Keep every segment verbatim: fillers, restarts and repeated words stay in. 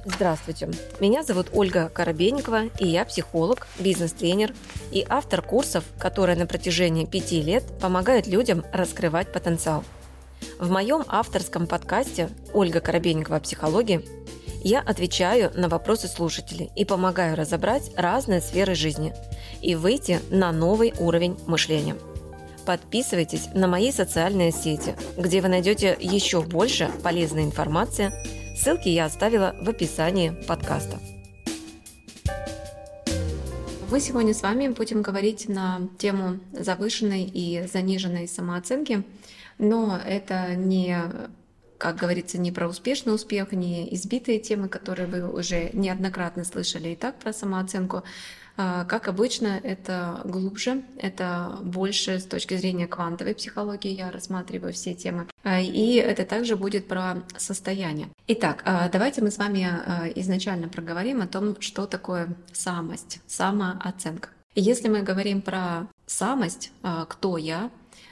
Здравствуйте, меня зовут Ольга Коробейникова, и я психолог, бизнес-тренер и автор курсов, которые на протяжении пяти лет помогают людям раскрывать потенциал. В моем авторском подкасте «Ольга Коробейникова о психологии» я отвечаю на вопросы слушателей и помогаю разобрать разные сферы жизни и выйти на новый уровень мышления. Подписывайтесь на мои социальные сети, где вы найдете еще больше полезной информации. Ссылки я оставила в описании подкаста. Мы сегодня с вами будем говорить на тему завышенной и заниженной самооценки, но это не, как говорится, не про успешный успех, не избитые темы, которые вы уже неоднократно слышали и так про самооценку. Как обычно, это глубже, это больше с точки зрения квантовой психологии, я рассматриваю все темы. И это также будет про состояние. Итак, давайте мы с вами изначально проговорим о том, что такое самость, самооценка. И если мы говорим про самость, кто я,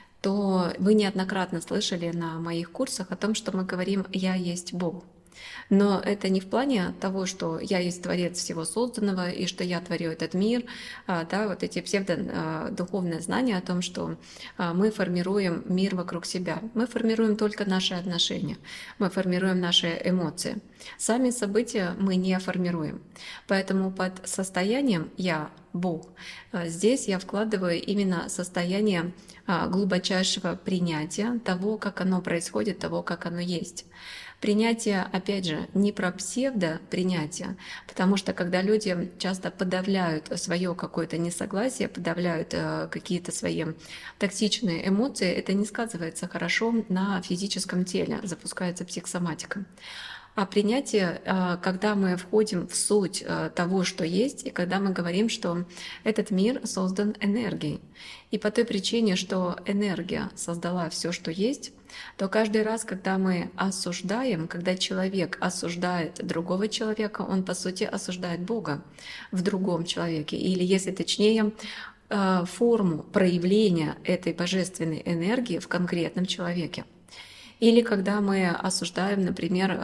то вы неоднократно слышали на моих курсах о том, что мы говорим «я есть Бог». Но это не в плане того, что я есть творец всего созданного и что я творю этот мир, да, вот эти псевдодуховные знания о том, что мы формируем мир вокруг себя. Мы формируем только наши отношения, мы формируем наши эмоции. Сами события мы не формируем. Поэтому под состоянием «я Бог» здесь я вкладываю именно состояние глубочайшего принятия того, как оно происходит, того, как оно есть. Принятие, опять же, не про псевдо-принятие, потому что когда люди часто подавляют свое какое-то несогласие, подавляют какие-то свои токсичные эмоции, это не сказывается хорошо на физическом теле, запускается психосоматика. А принятие, когда мы входим в суть того, что есть, и когда мы говорим, что этот мир создан энергией. И по той причине, что энергия создала все, что есть, то каждый раз, когда мы осуждаем, когда человек осуждает другого человека, он, по сути, осуждает Бога в другом человеке. Или, если точнее, форму проявления этой божественной энергии в конкретном человеке. Или когда мы осуждаем, например,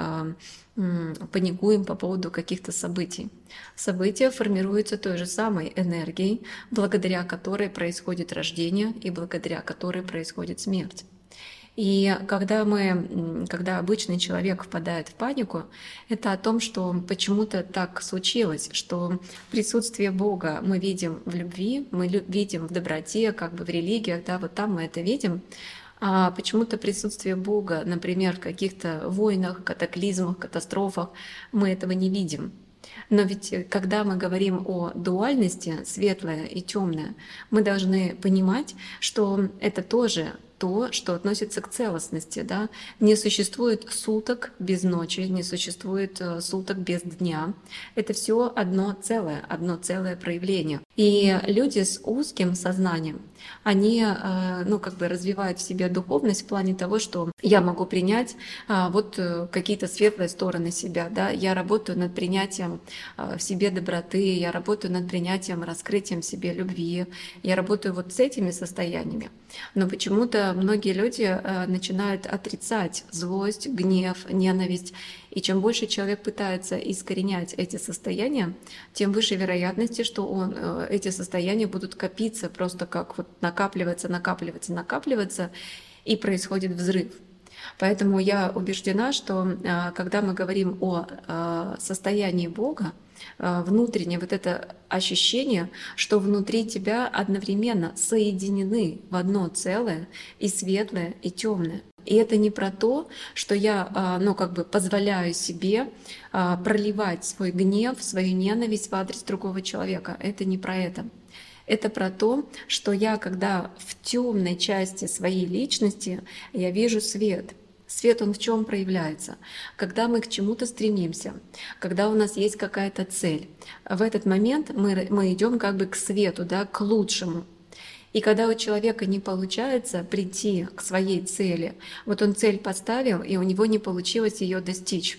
паникуем по поводу каких-то событий. События формируются той же самой энергией, благодаря которой происходит рождение и благодаря которой происходит смерть. И когда, мы, когда обычный человек впадает в панику, это о том, что почему-то так случилось, что присутствие Бога мы видим в любви, мы видим в доброте, как бы в религиях, да, вот там мы это видим, а почему-то присутствие Бога, например, в каких-то войнах, катаклизмах, катастрофах, мы этого не видим. Но ведь когда мы говорим о дуальности, светлое и темное, мы должны понимать, что это тоже то, что относится к целостности. Да? Не существует суток без ночи, не существует суток без дня. Это все одно целое, одно целое проявление. И люди с узким сознанием, они ну, как бы развивают в себе духовность в плане того, что я могу принять вот какие-то светлые стороны себя. Да? Я работаю над принятием в себе доброты, я работаю над принятием, раскрытием в себе любви. Я работаю вот с этими состояниями. Но почему-то многие люди начинают отрицать злость, гнев, ненависть. И чем больше человек пытается искоренять эти состояния, тем выше вероятности, что он, эти состояния будут копиться, просто как вот накапливаться, накапливаться, накапливаться, и происходит взрыв. Поэтому я убеждена, что когда мы говорим о состоянии Бога, внутреннее вот это ощущение, что внутри тебя одновременно соединены в одно целое и светлое, и темное. И это не про то, что я ну, как бы позволяю себе проливать свой гнев, свою ненависть в адрес другого человека. Это не про это. Это про то, что я, когда в темной части своей личности, я вижу свет. Свет, он в чем проявляется? Когда мы к чему-то стремимся, когда у нас есть какая-то цель. В этот момент мы, мы идем как бы к свету, да, к лучшему. И когда у человека не получается прийти к своей цели, вот он цель поставил, и у него не получилось ее достичь.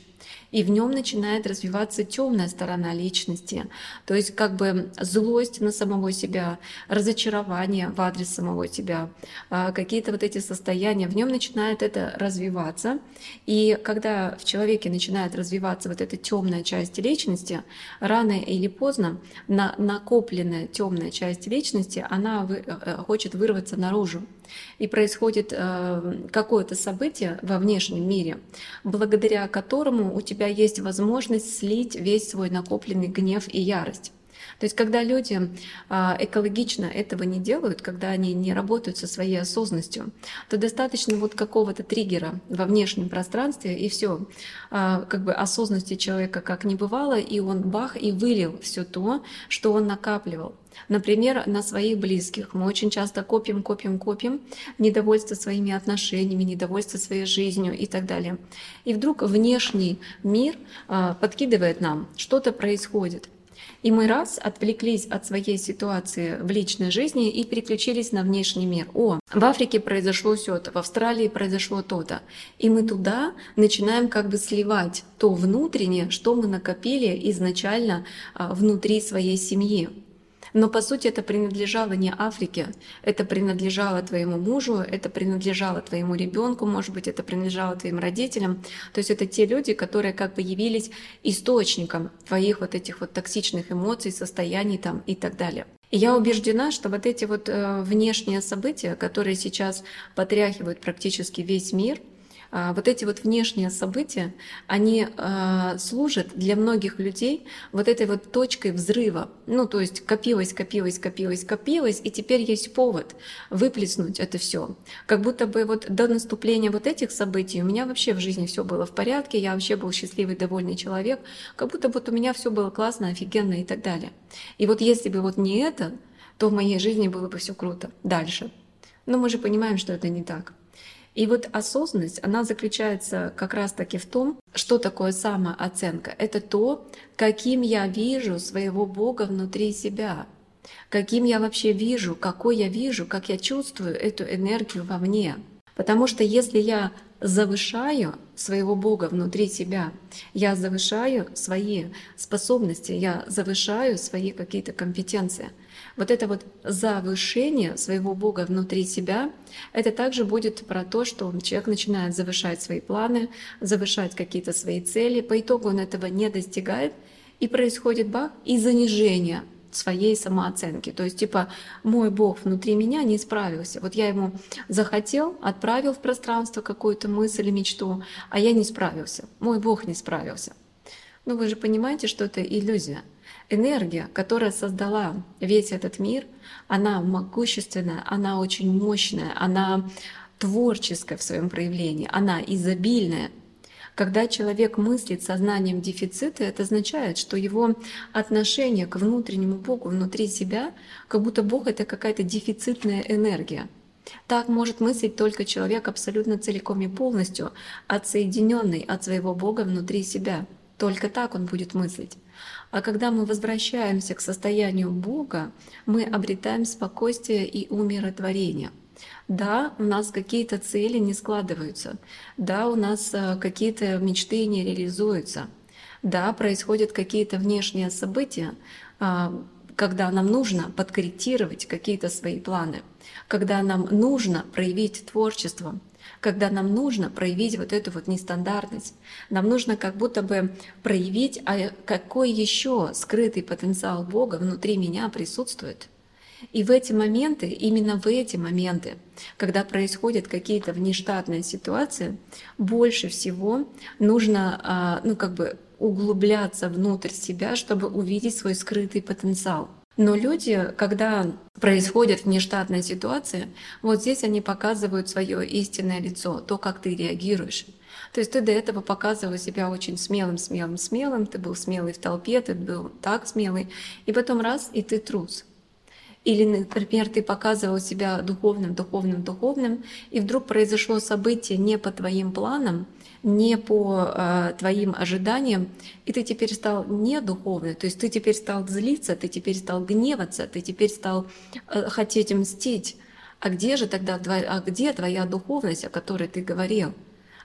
и в нем начинает развиваться темная сторона личности, то есть как бы злость на самого себя, разочарование в адрес самого себя, а, какие-то вот эти состояния, в нем начинает это развиваться. И когда в человеке начинает развиваться вот эта темная часть личности, рано или поздно на накопленная темная часть личности, она вы- э, хочет вырваться наружу. И происходит э, какое-то событие во внешнем мире, благодаря которому у тебя есть возможность слить весь свой накопленный гнев и ярость. То есть, когда люди а, экологично этого не делают, когда они не работают со своей осознанностью, то достаточно вот какого-то триггера во внешнем пространстве, и все, как бы осознанности человека как не бывало, и он бах, и вылил все то, что он накапливал. Например, на своих близких. Мы очень часто копим, копим, копим недовольство своими отношениями, недовольство своей жизнью и так далее. И вдруг внешний мир а, подкидывает нам, что-то происходит. И мы раз отвлеклись от своей ситуации в личной жизни и переключились на внешний мир. О, в Африке произошло все-то, в Австралии произошло то-то. И мы туда начинаем как бы сливать то внутреннее, что мы накопили изначально а, внутри своей семьи. Но по сути это принадлежало не Африке, это принадлежало твоему мужу, это принадлежало твоему ребенку, может быть, это принадлежало твоим родителям. То есть это те люди, которые как бы явились источником твоих вот этих вот токсичных эмоций, состояний там и так далее. И я убеждена, что вот эти вот э, внешние события, которые сейчас потряхивают практически весь мир, вот эти вот внешние события, они э, служат для многих людей вот этой вот точкой взрыва. Ну, то есть копилось, копилось, копилось, копилось, и теперь есть повод выплеснуть это все. Как будто бы вот до наступления вот этих событий у меня вообще в жизни все было в порядке, я вообще был счастливый, довольный человек, как будто вот у меня все было классно, офигенно и так далее. И вот если бы вот не это, то в моей жизни было бы все круто дальше. Но мы же понимаем, что это не так. И вот осознанность, она заключается как раз-таки в том, что такое самооценка. Это то, каким я вижу своего Бога внутри себя, каким я вообще вижу, какой я вижу, как я чувствую эту энергию вовне. Потому что если я завышаю своего Бога внутри себя, я завышаю свои способности, я завышаю свои какие-то компетенции. Вот это вот завышение своего Бога внутри себя, это также будет про то, что человек начинает завышать свои планы, завышать какие-то свои цели. По итогу он этого не достигает, и происходит бах, и занижение своей самооценки. То есть типа мой Бог внутри меня не справился. Вот я ему захотел, отправил в пространство какую-то мысль или мечту, а я не справился. Мой Бог не справился. Ну вы же понимаете, что это иллюзия. Энергия, которая создала весь этот мир, она могущественная, она очень мощная, она творческая в своем проявлении, она изобильная. Когда человек мыслит сознанием дефицита, это означает, что его отношение к внутреннему Богу внутри себя, как будто Бог — это какая-то дефицитная энергия. Так может мыслить только человек абсолютно целиком и полностью отсоединенный от своего Бога внутри себя. Только так он будет мыслить. А когда мы возвращаемся к состоянию Бога, мы обретаем спокойствие и умиротворение. Да, у нас какие-то цели не складываются. Да, у нас какие-то мечты не реализуются. Да, происходят какие-то внешние события, когда нам нужно подкорректировать какие-то свои планы, когда нам нужно проявить творчество, когда нам нужно проявить вот эту вот нестандартность. Нам нужно как будто бы проявить, а какой еще скрытый потенциал Бога внутри меня присутствует. И в эти моменты, именно в эти моменты, когда происходят какие-то внештатные ситуации, больше всего нужно, ну, как бы углубляться внутрь себя, чтобы увидеть свой скрытый потенциал. Но люди, когда происходит внештатная ситуация, вот здесь они показывают свое истинное лицо, то, как ты реагируешь. То есть ты до этого показывал себя очень смелым, смелым, смелым, ты был смелый в толпе, ты был так смелый, и потом раз, и ты трус. Или, например, ты показывал себя духовным, духовным, духовным, и вдруг произошло событие не по твоим планам, не по э, твоим ожиданиям, и ты теперь стал не духовный, то есть ты теперь стал злиться, ты теперь стал гневаться, ты теперь стал э, хотеть мстить. А где же тогда, а где твоя духовность, о которой ты говорил?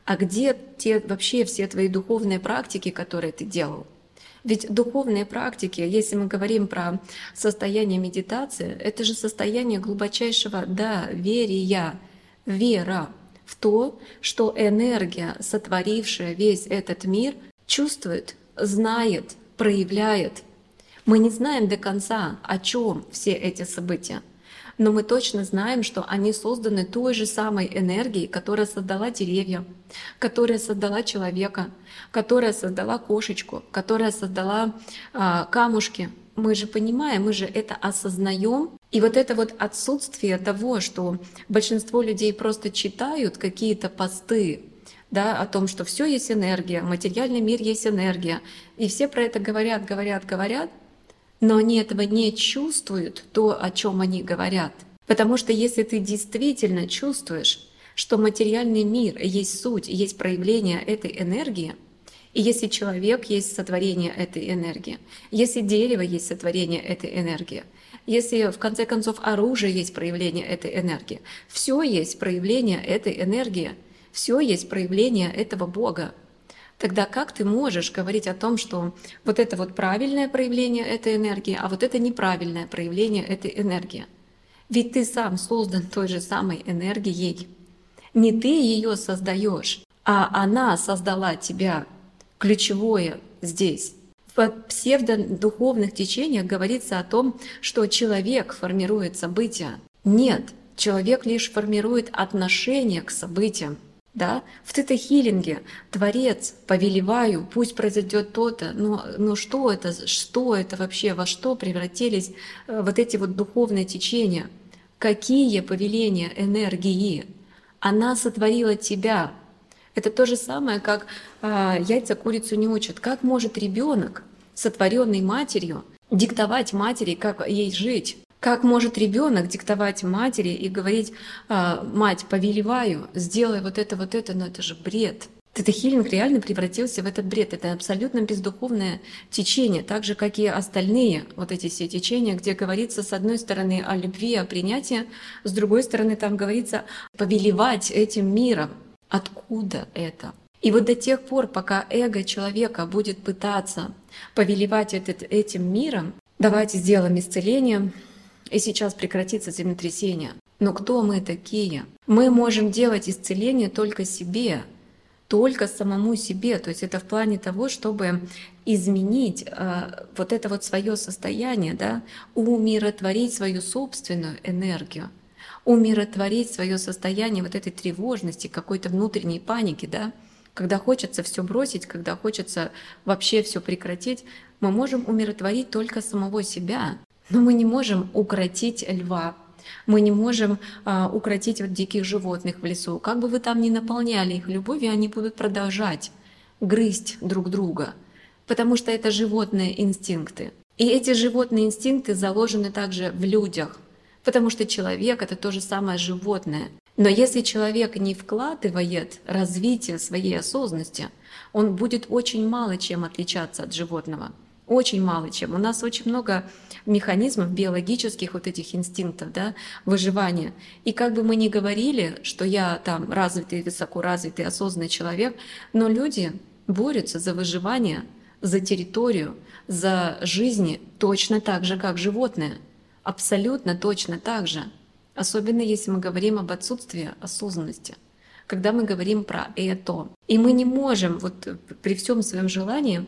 А где те вообще все твои духовные практики, которые ты делал? Ведь духовные практики, если мы говорим про состояние медитации, это же состояние глубочайшего доверия, вера в то, что энергия, сотворившая весь этот мир, чувствует, знает, проявляет. Мы не знаем до конца, о чем все эти события, но мы точно знаем, что они созданы той же самой энергией, которая создала деревья, которая создала человека, которая создала кошечку, которая создала а, камушки. Мы же понимаем, мы же это осознаем. И вот это вот отсутствие того, что большинство людей просто читают какие-то посты, да, о том, что все есть энергия, материальный мир есть энергия, и все про это говорят, говорят, говорят, но они этого не чувствуют, то, о чем они говорят. Потому что если ты действительно чувствуешь, что материальный мир есть суть, есть проявление этой энергии, и если человек есть сотворение этой энергии, если дерево есть сотворение этой энергии, если в конце концов оружие есть проявление этой энергии, все есть проявление этой энергии, все есть проявление этого Бога, тогда как ты можешь говорить о том, что вот это вот правильное проявление этой энергии, а вот это неправильное проявление этой энергии? Ведь ты сам создан той же самой энергией. Не ты ее создаешь, а она создала тебя. Ключевое здесь. В псевдодуховных течениях говорится о том, что человек формирует события. Нет, человек лишь формирует отношение к событиям. Да? В тета-хилинге Творец, повелеваю, пусть произойдет то-то, но, но что это, что это вообще, во что превратились э, вот эти вот духовные течения? Какие повеления энергии? Она сотворила тебя. Это то же самое, как э, яйца курицу не учат. Как может ребенок, сотворенный матерью, диктовать матери, как ей жить? Как может ребенок диктовать матери и говорить: а, мать, повелеваю, сделай вот это, вот это, но это же бред. Тета-хилинг реально превратился в этот бред. Это абсолютно бездуховное течение, так же, как и остальные вот эти все течения, где говорится с одной стороны о любви, о принятии, с другой стороны там говорится повелевать этим миром. Откуда это? И вот до тех пор, пока эго человека будет пытаться повелевать этот, этим миром, давайте сделаем исцеление, и сейчас прекратится землетрясение. Но кто мы такие? Мы можем делать исцеление только себе, только самому себе. То есть это в плане того, чтобы изменить э, вот это вот свое состояние, да, умиротворить свою собственную энергию, умиротворить свое состояние вот этой тревожности, какой-то внутренней паники, да, когда хочется все бросить, когда хочется вообще все прекратить, мы можем умиротворить только самого себя. Но мы не можем укротить льва, мы не можем а, укротить вот диких животных в лесу. Как бы вы там ни наполняли их любовью, они будут продолжать грызть друг друга, потому что это животные инстинкты. И эти животные инстинкты заложены также в людях, потому что человек — это то же самое животное. Но если человек не вкладывает развитие своей осознанности, он будет очень мало чем отличаться от животного. Очень мало чем. У нас очень много механизмов биологических вот этих инстинктов, да, выживания. И как бы мы ни говорили, что я там развитый, высокоразвитый, осознанный человек, но люди борются за выживание, за территорию, за жизни точно так же, как животные. Абсолютно точно так же. Особенно если мы говорим об отсутствии осознанности, когда мы говорим про это. И мы не можем вот при всем своем желании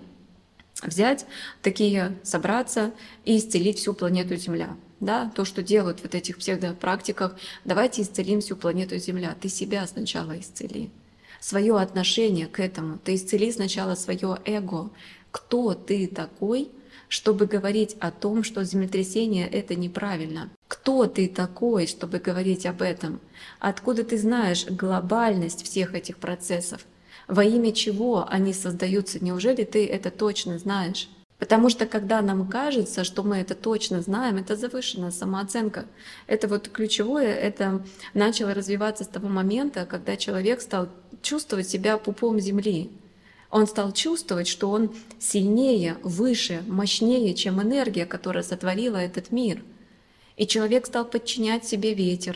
взять такие, собраться и исцелить всю планету Земля. Да? То, что делают в вот этих псевдопрактиках, давайте исцелим всю планету Земля. Ты себя сначала исцели, свое отношение к этому. Ты исцели сначала свое эго. Кто ты такой, чтобы говорить о том, что землетрясение — это неправильно? Кто ты такой, чтобы говорить об этом? Откуда ты знаешь глобальность всех этих процессов? Во имя чего они создаются? Неужели ты это точно знаешь? Потому что когда нам кажется, что мы это точно знаем, это завышенная самооценка. Это вот ключевое, это начало развиваться с того момента, когда человек стал чувствовать себя пупом земли. Он стал чувствовать, что он сильнее, выше, мощнее, чем энергия, которая сотворила этот мир. И человек стал подчинять себе ветер.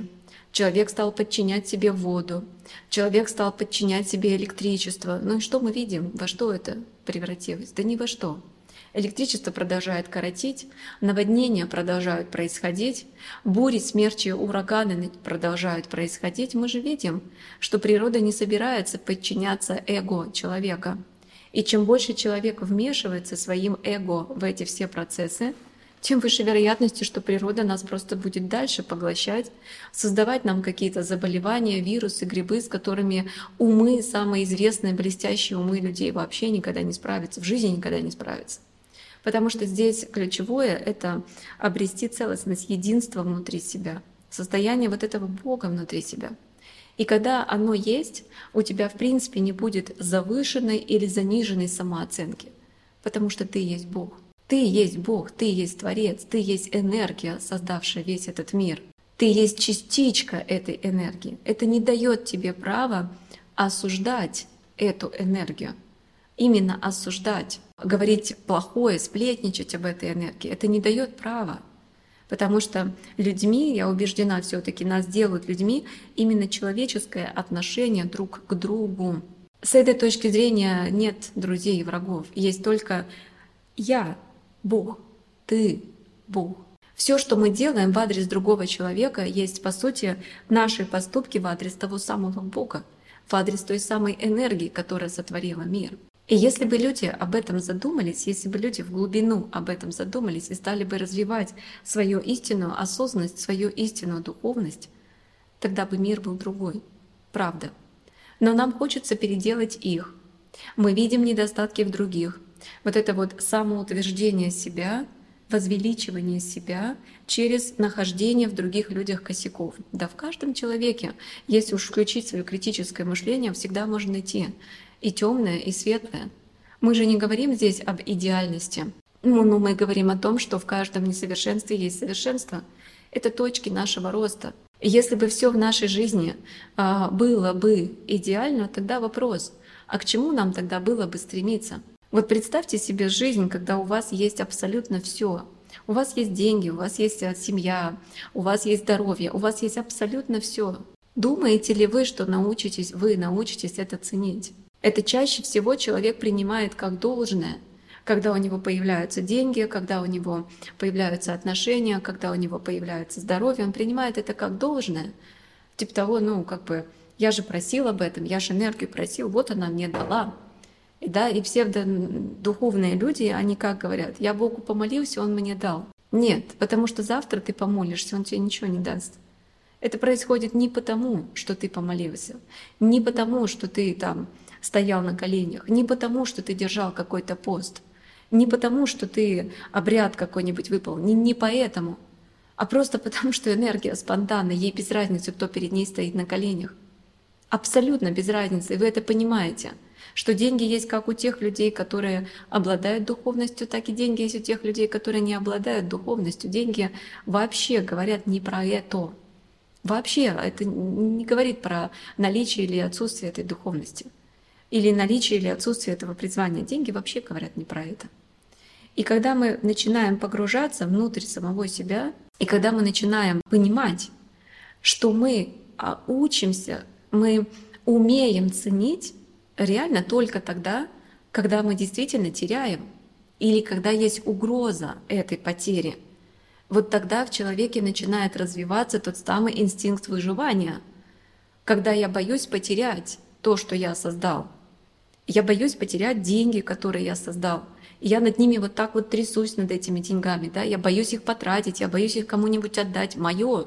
Человек стал подчинять себе воду, человек стал подчинять себе электричество. Ну и что мы видим? Во что это превратилось? Да ни во что. Электричество продолжает коротить, наводнения продолжают происходить, бури, смерчи, ураганы продолжают происходить. Мы же видим, что природа не собирается подчиняться эго человека. И чем больше человек вмешивается своим эго в эти все процессы, тем выше вероятности, что природа нас просто будет дальше поглощать, создавать нам какие-то заболевания, вирусы, грибы, с которыми умы, самые известные, блестящие умы людей вообще никогда не справятся, в жизни никогда не справятся. Потому что здесь ключевое — это обрести целостность, единство внутри себя, состояние вот этого Бога внутри себя. И когда оно есть, у тебя в принципе не будет завышенной или заниженной самооценки, потому что ты есть Бог. Ты есть Бог, ты есть Творец, ты есть энергия, создавшая весь этот мир. Ты есть частичка этой энергии. Это не дает тебе права осуждать эту энергию. Именно осуждать, говорить плохое, сплетничать об этой энергии. Это не дает права. Потому что людьми, я убеждена, все-таки нас делают людьми именно человеческое отношение друг к другу. С этой точки зрения нет друзей и врагов. Есть только я, Бог, ты, Бог. Все, что мы делаем в адрес другого человека, есть, по сути, наши поступки в адрес того самого Бога, в адрес той самой энергии, которая сотворила мир. И если бы люди об этом задумались, если бы люди в глубину об этом задумались и стали бы развивать свою истинную осознанность, свою истинную духовность, тогда бы мир был другой. Правда. Но нам хочется переделать их. Мы видим недостатки в других. Вот это вот самоутверждение себя, возвеличивание себя через нахождение в других людях косяков. Да в каждом человеке, если уж включить свое критическое мышление, всегда можно найти и темное, и светлое. Мы же не говорим здесь об идеальности. Ну, ну, мы говорим о том, что в каждом несовершенстве есть совершенство. Это точки нашего роста. И если бы все в нашей жизни а, было бы идеально, тогда вопрос, а к чему нам тогда было бы стремиться? Вот представьте себе жизнь, когда у вас есть абсолютно все. У вас есть деньги, у вас есть семья, у вас есть здоровье, у вас есть абсолютно все. Думаете ли вы, что научитесь, вы научитесь это ценить? Это чаще всего человек принимает как должное, когда у него появляются деньги, когда у него появляются отношения, когда у него появляется здоровье, он принимает это как должное. Типа того, ну как бы, я же просил об этом, я же энергию просил, вот она мне дала. И, да, и псевдодуховные люди, они как говорят, я Богу помолился, Он мне дал. Нет, потому что завтра ты помолишься, Он тебе ничего не даст. Это происходит не потому, что ты помолился, не потому, что ты там стоял на коленях, не потому, что ты держал какой-то пост, не потому, что ты обряд какой-нибудь выполнил, не, не поэтому, а просто потому, что энергия спонтанна, ей без разницы, кто перед ней стоит на коленях. Абсолютно без разницы, и вы это понимаете, что деньги есть как у тех людей, которые обладают духовностью, так и деньги есть у тех людей, которые не обладают духовностью. Деньги вообще говорят не про это. Вообще это не говорит про наличие или отсутствие этой духовности. Или наличие или отсутствие этого призвания. Деньги вообще говорят не про это. И когда мы начинаем погружаться внутрь самого себя, и когда мы начинаем понимать, что мы учимся, мы умеем ценить реально только тогда, когда мы действительно теряем, или когда есть угроза этой потери, вот тогда в человеке начинает развиваться тот самый инстинкт выживания, когда я боюсь потерять то, что я создал. Я боюсь потерять деньги, которые я создал. И я над ними вот так вот трясусь над этими деньгами. Да? Я боюсь их потратить, я боюсь их кому-нибудь отдать. Мое.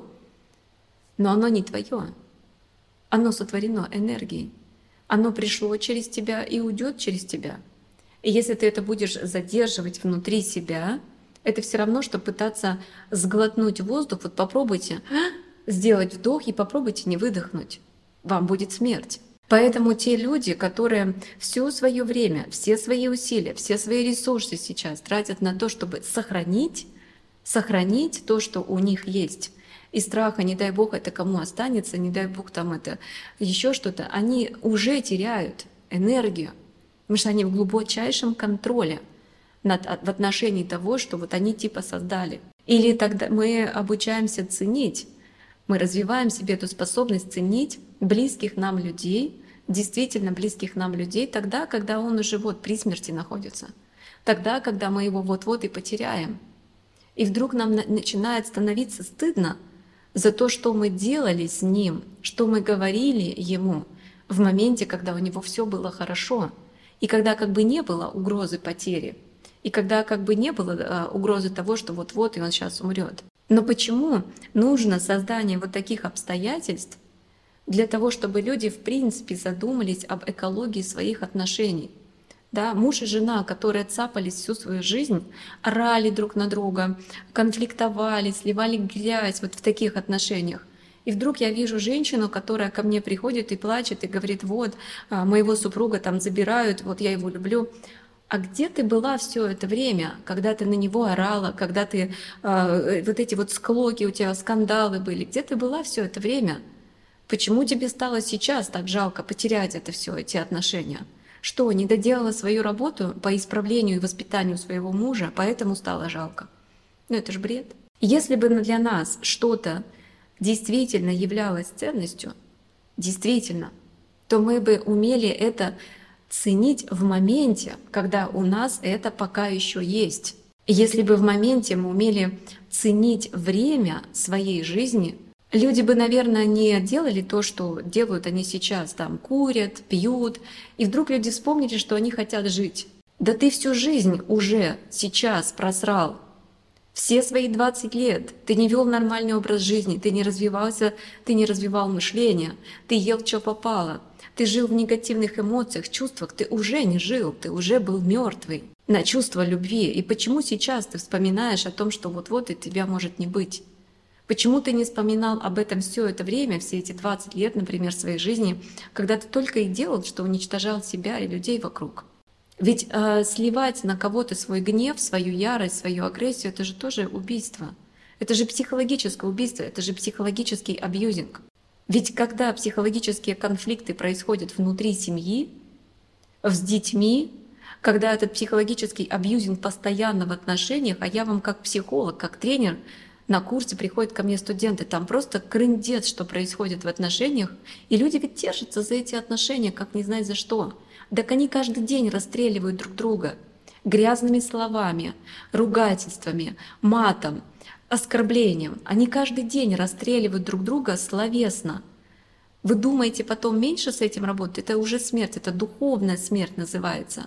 Но оно не твое. Оно сотворено энергией. Оно пришло через тебя и уйдет через тебя. И если ты это будешь задерживать внутри себя, это все равно, что пытаться сглотнуть воздух. Вот попробуйте сделать вдох и попробуйте не выдохнуть. Вам будет смерть. Поэтому те люди, которые все свое время, все свои усилия, все свои ресурсы сейчас тратят на то, чтобы сохранить, сохранить то, что у них есть, и страха, не дай Бог, это кому останется, не дай Бог, там это еще что-то, они уже теряют энергию, потому что они в глубочайшем контроле над, в отношении того, что вот они типа создали. Или тогда мы обучаемся ценить, мы Мы развиваем в себе эту способность ценить близких нам людей, действительно близких нам людей, тогда, когда он уже вот при смерти находится, тогда, когда мы его вот-вот и потеряем. И вдруг нам на- начинает становиться стыдно за то, что мы делали с ним, что мы говорили ему в моменте, когда у него все было хорошо, и когда как бы не было угрозы потери, и когда как бы не было а, угрозы того, что вот-вот и он сейчас умрет. Но почему нужно создание вот таких обстоятельств для того, чтобы люди в принципе задумались об экологии своих отношений? Да, муж и жена, которые цапались всю свою жизнь, орали друг на друга, конфликтовали, сливали грязь вот в таких отношениях. И вдруг я вижу женщину, которая ко мне приходит и плачет, и говорит: вот, а, моего супруга там забирают, вот я его люблю. А где ты была все это время, когда ты на него орала, когда ты э, вот эти вот склоки, у тебя скандалы были? Где ты была все это время? Почему тебе стало сейчас так жалко потерять это все, эти отношения? Что, не доделала свою работу по исправлению и воспитанию своего мужа, поэтому стало жалко? Ну это ж бред. Если бы для нас что-то действительно являлось ценностью, действительно, то мы бы умели это ценить в моменте, когда у нас это пока еще есть. Если бы в моменте мы умели ценить время своей жизни, люди бы, наверное, не делали то, что делают они сейчас, там курят, пьют, и вдруг люди вспомнили, что они хотят жить. Да ты всю жизнь уже сейчас просрал. Все свои двадцать лет ты не вел нормальный образ жизни, ты не развивался, ты не развивал мышление, ты ел, что попало. Ты жил в негативных эмоциях, чувствах, ты уже не жил, ты уже был мертвый на чувство любви. И почему сейчас ты вспоминаешь о том, что вот-вот и тебя может не быть? Почему ты не вспоминал об этом все это время, все эти двадцать лет, например, своей жизни, когда ты только и делал, что уничтожал себя и людей вокруг? Ведь э, сливать на кого-то свой гнев, свою ярость, свою агрессию — это же тоже убийство. Это же психологическое убийство, это же психологический абьюзинг. Ведь когда психологические конфликты происходят внутри семьи, с детьми, когда этот психологический абьюзинг постоянно в отношениях, а я вам как психолог, как тренер, на курсе приходят ко мне студенты, там просто крындец, что происходит в отношениях, и люди ведь держатся за эти отношения, как не знать за что. Так они каждый день расстреливают друг друга грязными словами, ругательствами, матом, оскорблением. Они каждый день расстреливают друг друга словесно. Вы думаете, потом меньше с этим работать? Это уже смерть, это духовная смерть называется.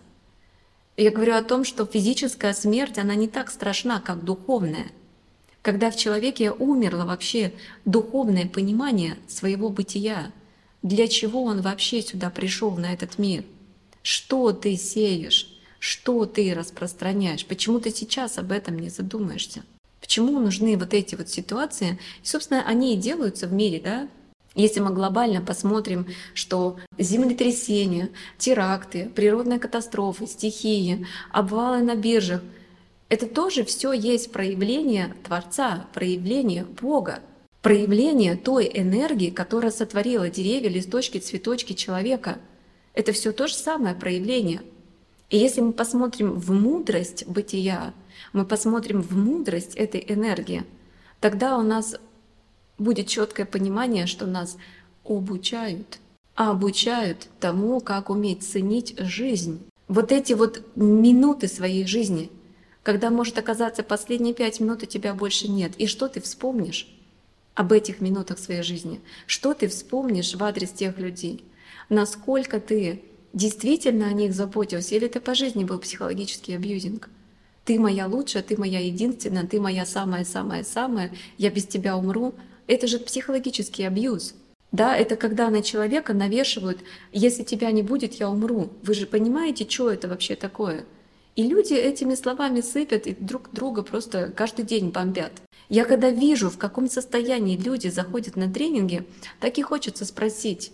Я говорю о том, что физическая смерть, она не так страшна, как духовная. Когда в человеке умерло вообще духовное понимание своего бытия, для чего он вообще сюда пришел, на этот мир, что ты сеешь, что ты распространяешь, почему ты сейчас об этом не задумаешься? Почему нужны вот эти вот ситуации? И, собственно, они и делаются в мире, да? Если мы глобально посмотрим, что землетрясения, теракты, природные катастрофы, стихии, обвалы на биржах — это тоже все есть проявление Творца, проявление Бога, проявление той энергии, которая сотворила деревья, листочки, цветочки человека. Это все то же самое проявление. И если мы посмотрим в мудрость бытия, мы посмотрим в мудрость этой энергии, тогда у нас будет четкое понимание, что нас обучают, а обучают тому, как уметь ценить жизнь. Вот эти вот минуты своей жизни, когда может оказаться последние пять минут у тебя больше нет, и что ты вспомнишь об этих минутах своей жизни? Что ты вспомнишь в адрес тех людей? Насколько ты действительно о них заботился, или ты по жизни был психологический абьюзинг? Ты моя лучшая, ты моя единственная, ты моя самая-самая-самая, я без тебя умру. Это же психологический абьюз. Да, это когда на человека навешивают: если тебя не будет, я умру. Вы же понимаете, что это вообще такое? И люди этими словами сыпят и друг друга просто каждый день бомбят. Я когда вижу, в каком состоянии люди заходят на тренинги, так и хочется спросить: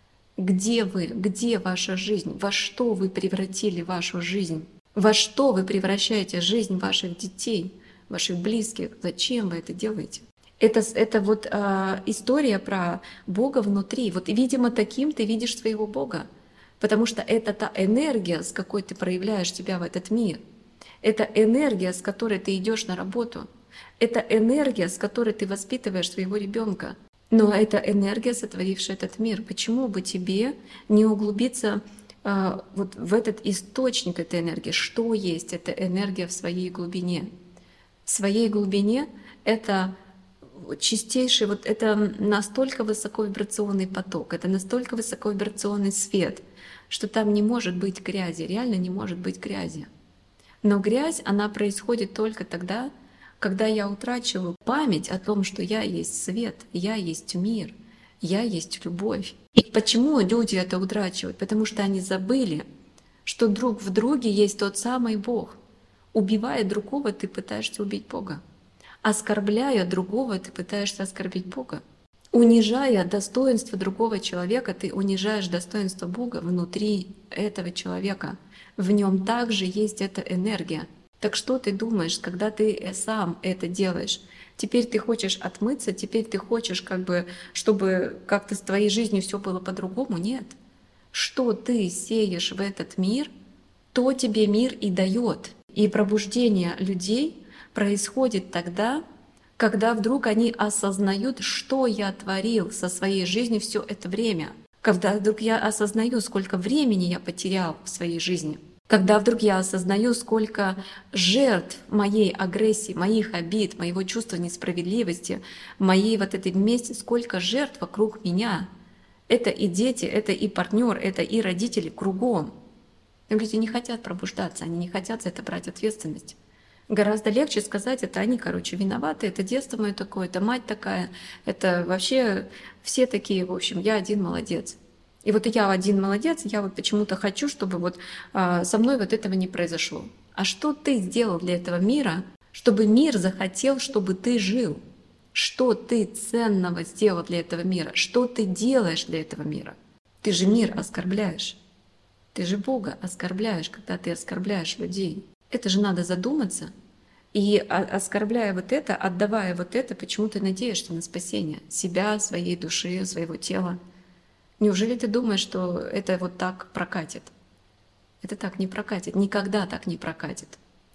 где вы, где ваша жизнь, во что вы превратили вашу жизнь? Во что вы превращаете жизнь ваших детей, ваших близких? Зачем вы это делаете? Это, это вот э, история про Бога внутри. Вот, видимо, таким ты видишь своего Бога. Потому что это та энергия, с какой ты проявляешь себя в этот мир. Это энергия, с которой ты идешь на работу. Это энергия, с которой ты воспитываешь своего ребенка. Но это энергия, сотворившая этот мир. Почему бы тебе не углубиться а, вот в этот источник этой энергии? Что есть эта энергия в своей глубине? В своей глубине это чистейший, вот это настолько высоковибрационный поток, это настолько высоковибрационный свет, что там не может быть грязи, реально не может быть грязи. Но грязь, она происходит только тогда, когда я утрачиваю память о том, что я есть свет, я есть мир, я есть любовь. И почему люди это утрачивают? Потому что они забыли, что друг в друге есть тот самый Бог. Убивая другого, ты пытаешься убить Бога. Оскорбляя другого, ты пытаешься оскорбить Бога. Унижая достоинство другого человека, ты унижаешь достоинство Бога внутри этого человека. В нем также есть эта энергия. Так что ты думаешь, когда ты сам это делаешь? Теперь ты хочешь отмыться, теперь ты хочешь, как бы, чтобы как-то с твоей жизнью все было по-другому? Нет. Что ты сеешь в этот мир, то тебе мир и дает. И пробуждение людей происходит тогда, когда вдруг они осознают, что я творил со своей жизнью все это время. Когда вдруг я осознаю, сколько времени я потерял в своей жизни. Когда вдруг я осознаю, сколько жертв моей агрессии, моих обид, моего чувства несправедливости, моей вот этой мести, сколько жертв вокруг меня. Это и дети, это и партнер, это и родители кругом. Люди не хотят пробуждаться, они не хотят за это брать ответственность. Гораздо легче сказать, это они, короче, виноваты, это детство мое такое, это мать такая, это вообще все такие, в общем, я один молодец. И вот я один молодец, я вот почему-то хочу, чтобы вот а, со мной вот этого не произошло. А что ты сделал для этого мира, чтобы мир захотел, чтобы ты жил? Что ты ценного сделал для этого мира? Что ты делаешь для этого мира? Ты же мир оскорбляешь. Ты же Бога оскорбляешь, когда ты оскорбляешь людей. Это же надо задуматься. И оскорбляя вот это, отдавая вот это, почему ты надеешься на спасение себя, своей души, своего тела? Неужели ты думаешь, что это вот так прокатит? Это так не прокатит, никогда так не прокатит.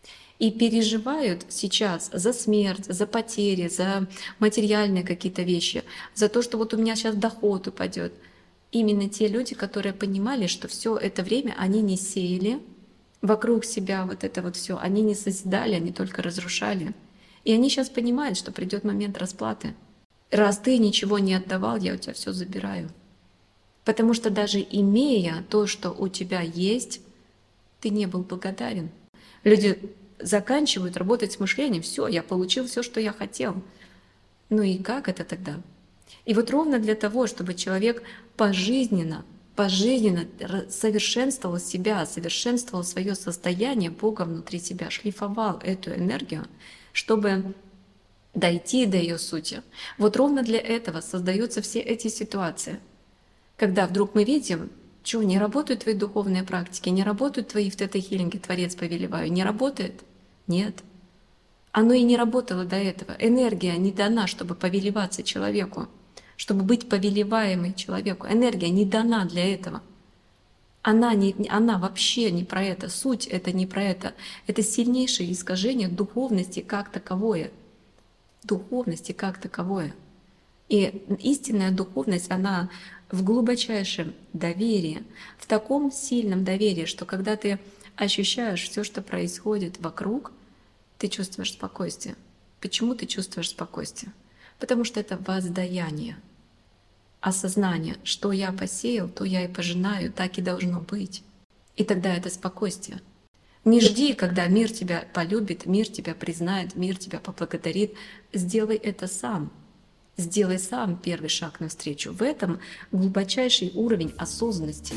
И переживают сейчас за смерть, за потери, за материальные какие-то вещи, за то, что вот у меня сейчас доход упадет. Именно те люди, которые понимали, что все это время они не сеяли вокруг себя вот это вот все, они не созидали, они только разрушали. И они сейчас понимают, что придет момент расплаты. Раз ты ничего не отдавал, я у тебя все забираю. Потому что даже имея то, что у тебя есть, ты не был благодарен. Люди заканчивают работать с мышлением. Все, я получил все, что я хотел. Ну и как это тогда? И вот ровно для того, чтобы человек пожизненно, пожизненно совершенствовал себя, совершенствовал свое состояние Бога внутри себя, шлифовал эту энергию, чтобы дойти до ее сути. Вот ровно для этого создаются все эти ситуации. Когда вдруг мы видим, что не работают твои духовные практики, не работают твои в тета-хилинге, Творец повелеваю, не работает? Нет. Оно и не работало до этого. Энергия не дана, чтобы повелеваться человеку, чтобы быть повелеваемой человеку. Энергия не дана для этого. Она, не, она вообще не про это. Суть — это не про это. Это сильнейшее искажение духовности как таковое. Духовности как таковое. И истинная духовность, она в глубочайшем доверии, в таком сильном доверии, что когда ты ощущаешь все, что происходит вокруг, ты чувствуешь спокойствие. Почему ты чувствуешь спокойствие? Потому что это воздаяние, осознание, что я посеял, то я и пожинаю, так и должно быть. И тогда это спокойствие. Не жди, когда мир тебя полюбит, мир тебя признает, мир тебя поблагодарит. Сделай это сам. Сделай сам первый шаг навстречу. В этом глубочайший уровень осознанности.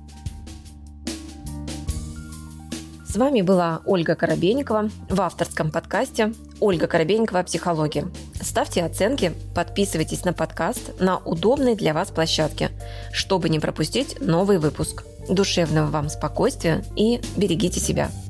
С вами была Ольга Коробейникова в авторском подкасте «Ольга Коробейникова. Психология». Ставьте оценки, подписывайтесь на подкаст на удобной для вас площадке, чтобы не пропустить новый выпуск. Душевного вам спокойствия и берегите себя.